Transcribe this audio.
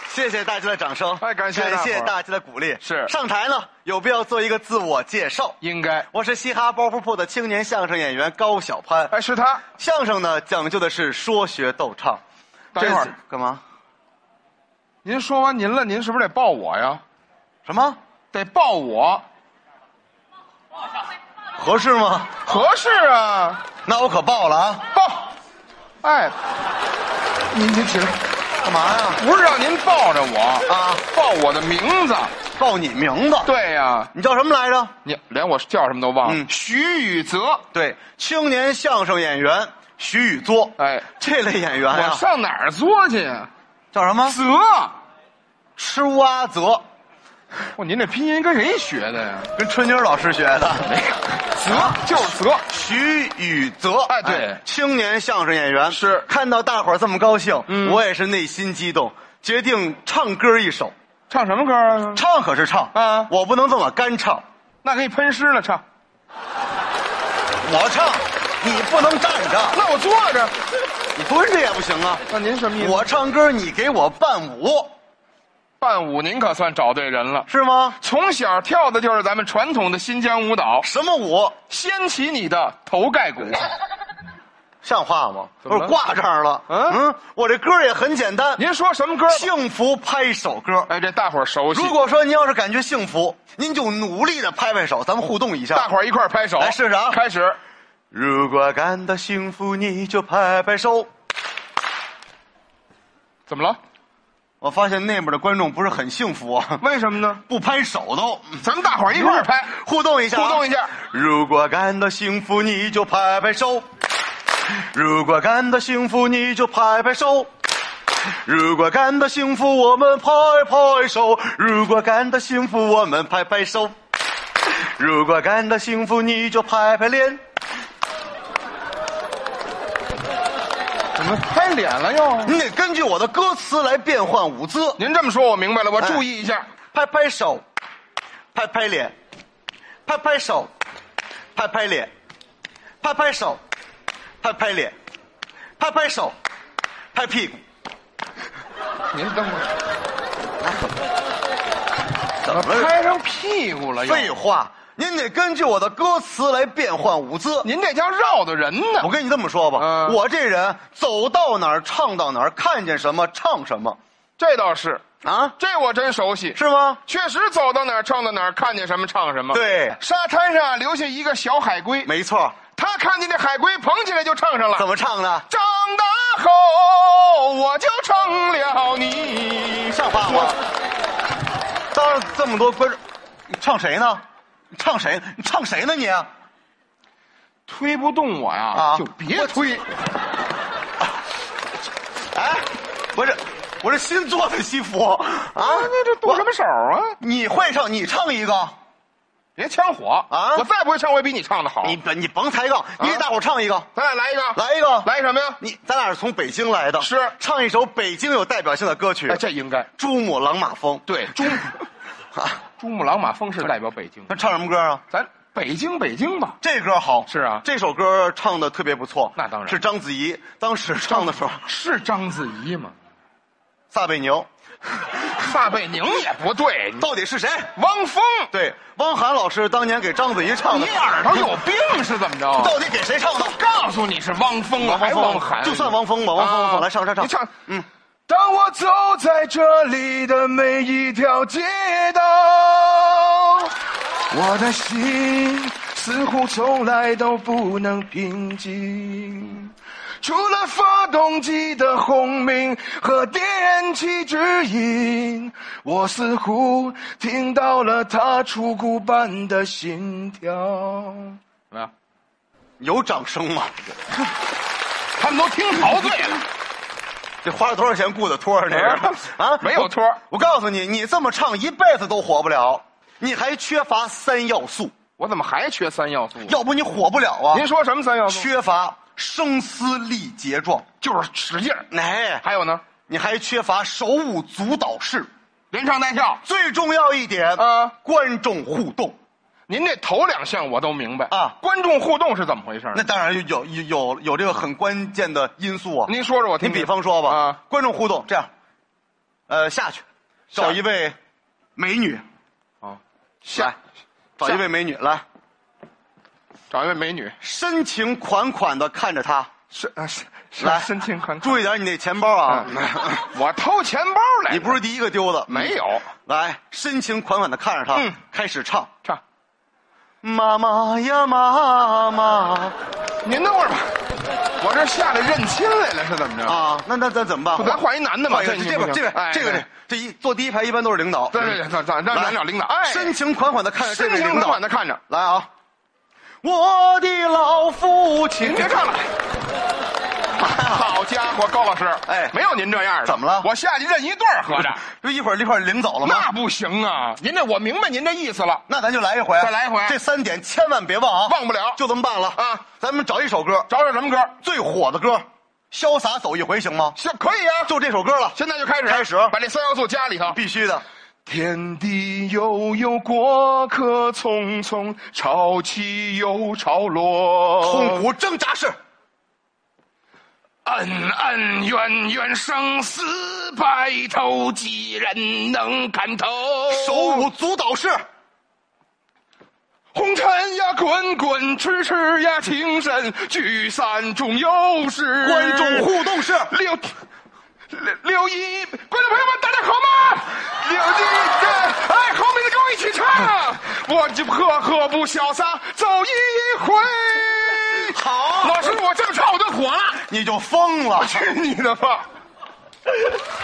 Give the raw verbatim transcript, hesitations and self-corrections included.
谢谢大家的掌声， 哎，感谢感谢大家的鼓励。 是上台呢，有必要做一个自我介绍。 应该。 我是嘻哈包袱铺的青年相声演员高小攀。 哎，是他。 相声呢，讲究的是说学逗唱。 等一会儿干嘛？ 您说完您了，您是不是得抱我呀？ 什么？ 得抱我？ 合适吗？ 合适啊。 那我可抱了啊！ 抱。哎，您您起来。 干嘛呀？ 不是让您抱着我啊， 报我的名字， 报你名字。 对呀， 你叫什么来着？ 你连我叫什么都忘了。 嗯， 徐宇泽。 对，青年相声演员徐宇作。 哎， 这类演员呀， 我上哪儿作去呀？ 叫什么？ 泽， 吃蛙泽。 哇，您这拼音跟谁学的呀？ 跟春妮老师学的。 没有，泽就是泽， 徐宇泽。 哎，对， 哎，青年相声演员。 是看到大伙儿这么高兴， 嗯， 我也是内心激动，决定唱歌一首。 唱什么歌啊？ 唱可是唱啊， 我不能这么干唱。 那给你喷湿了唱。 我唱，你不能站着。 那我坐着。 你蹲着也不行啊。 那您什么意思？ 我唱歌，你给我伴舞。 伴舞您可算找对人了， 是吗？ 从小跳的就是咱们传统的新疆舞蹈。 什么舞？ 掀起你的头盖骨。 像话吗？不是挂这儿了。 嗯嗯，我这歌也很简单。 您说什么歌？ 幸福拍手歌。 哎，这大伙儿熟悉。 如果说您要是感觉幸福，您就努力的拍拍手，咱们互动一下。 大伙儿一块儿拍手。 来试试啊！ 开始。 如果感到幸福，你就拍拍手。 怎么了？ 我发现那边的观众不是很幸福啊。 为什么呢？ 不拍手都。 咱们大伙儿一块儿拍， 互动一下、啊， 互动一下。 如果感到幸福，你就拍拍手；如果感到幸福，你就拍拍手；如果感到幸福，我们拍拍手；如果感到幸福，我们拍拍手；如果感到幸福，你就拍拍脸。 怎么拍脸了又？ 你得根据我的歌词来变换舞姿。 您这么说，我明白了，我注意一下。 哎、拍拍手，拍拍脸，拍拍手，拍拍脸，拍拍手，拍拍脸，拍拍手，拍屁股。 您等会儿， 怎么拍上屁股了？ 废话。您得根据我的歌词来变换舞姿， 您这叫绕的人呢。 我跟你这么说吧， 嗯、 我这人走到哪儿唱到哪儿，看见什么唱什么。 这倒是啊， 这我真熟悉， 是吗？ 确实走到哪儿唱到哪儿，看见什么唱什么。 对， 沙滩上留下一个小海龟， 没错。 他看见这海龟捧起来就唱上了。 怎么唱的？ 长大后我就成了你， 像话吗？当然，这么多观众，你唱谁呢？你唱谁？你唱谁呢你？ 推不动我呀， 啊、 就别推。 哎，不是，我这新做的西服啊！ 你这动什么手啊？ 你会唱，你唱一个。 别呛火啊！ 我再不会唱，我也比你唱的好。 你你甭抬杠，你给大伙唱一个， 咱俩来一个， 来一个， 来什么呀？ 你咱俩是从北京来的， 是唱一首北京有代表性的歌曲。 哎，这应该。 珠穆朗玛峰， 对，珠穆啊，珠穆朗玛峰是代表北京。 那唱什么歌啊？ 咱北京北京吧。 这歌好， 是啊， 这首歌唱的特别不错。 那当然是章子怡当时唱的时候， 是章子怡吗？ 撒贝宁。 撒贝宁也不对， 到底是谁？ 汪峰。 对，汪涵老师当年给章子怡唱的。 你耳朵有病是怎么着？ 到底给谁唱的？ 告诉你是汪峰了，还汪涵？ 就算汪峰吧，汪峰，汪峰，来唱唱唱。 你唱， 嗯。 当我走在这里的每一条街道，我的心似乎从来都不能平静。除了发动机的轰鸣和电气指引，我似乎听到了它出谷般的心跳。怎么样？ 有掌声吗？ 他们都听陶醉了。 这花了多少钱雇的托儿？这是啊， 没有托。 我告诉你，你这么唱一辈子都火不了，你还缺乏三要素。 我怎么还缺三要素？ 要不你火不了啊！ 您说什么三要素？ 缺乏声嘶力竭状， 就是使劲儿。 哎， 还有呢， 你还缺乏手舞足蹈式， 连唱带跳。 最重要一点啊， 观众互动。 您这头两项我都明白啊， 观众互动是怎么回事？ 那当然有有有有这个很关键的因素啊。 您说说我听听。 你比方说吧， 啊， 观众互动这样， 呃，下去，找一位美女， 啊， 来下， 找一位美女来， 找一位美女， 深情款款的看着她， 深啊深来深情款款。 注意点你那钱包啊， 我偷钱包来， 你不是第一个丢的， 没有？ 来，深情款款的看着她， 嗯开始唱。 唱， 妈妈呀妈妈您等会儿吧，我这下来认亲来了是怎么着？ 啊，那那咱怎么办？ 不咱换一男的吧， 换一个这边这边哎这个这这一坐第一排一般都是领导。 对对对，咱咱让来咱找领导，哎， 深情款款的看着这深情位领导， 款款的看着， 来啊，我的老父亲， 您别唱了。好家伙，高老师， 哎没有您这样的。 怎么了我下去认一对儿，合着。 就一会儿一块儿领走了吗？ 那不行啊！您这我明白您这意思了， 那咱就来一回， 再来一回这三点千万别忘啊， 忘不了。 就这么办了啊！ 咱们找一首歌， 找找什么歌？ 最火的歌，潇洒走一回行吗？ 行，可以啊。 就这首歌了， 现在就开始， 开始把这三要素加里头。 必须的。 天地悠悠，过客匆匆，潮起又潮落。 痛苦挣扎是恩恩怨怨，生死白头，几人能看透？ 手舞足蹈是红尘呀滚滚，痴痴呀情深，聚散终有时。 观众互动是六六六一，观众朋友们，大家好吗？六一的，哎，后面的跟我一起唱，我就赫赫不潇洒走一回。 好， 老师，我这么唱我就火了， 你就疯了。 去你的吧！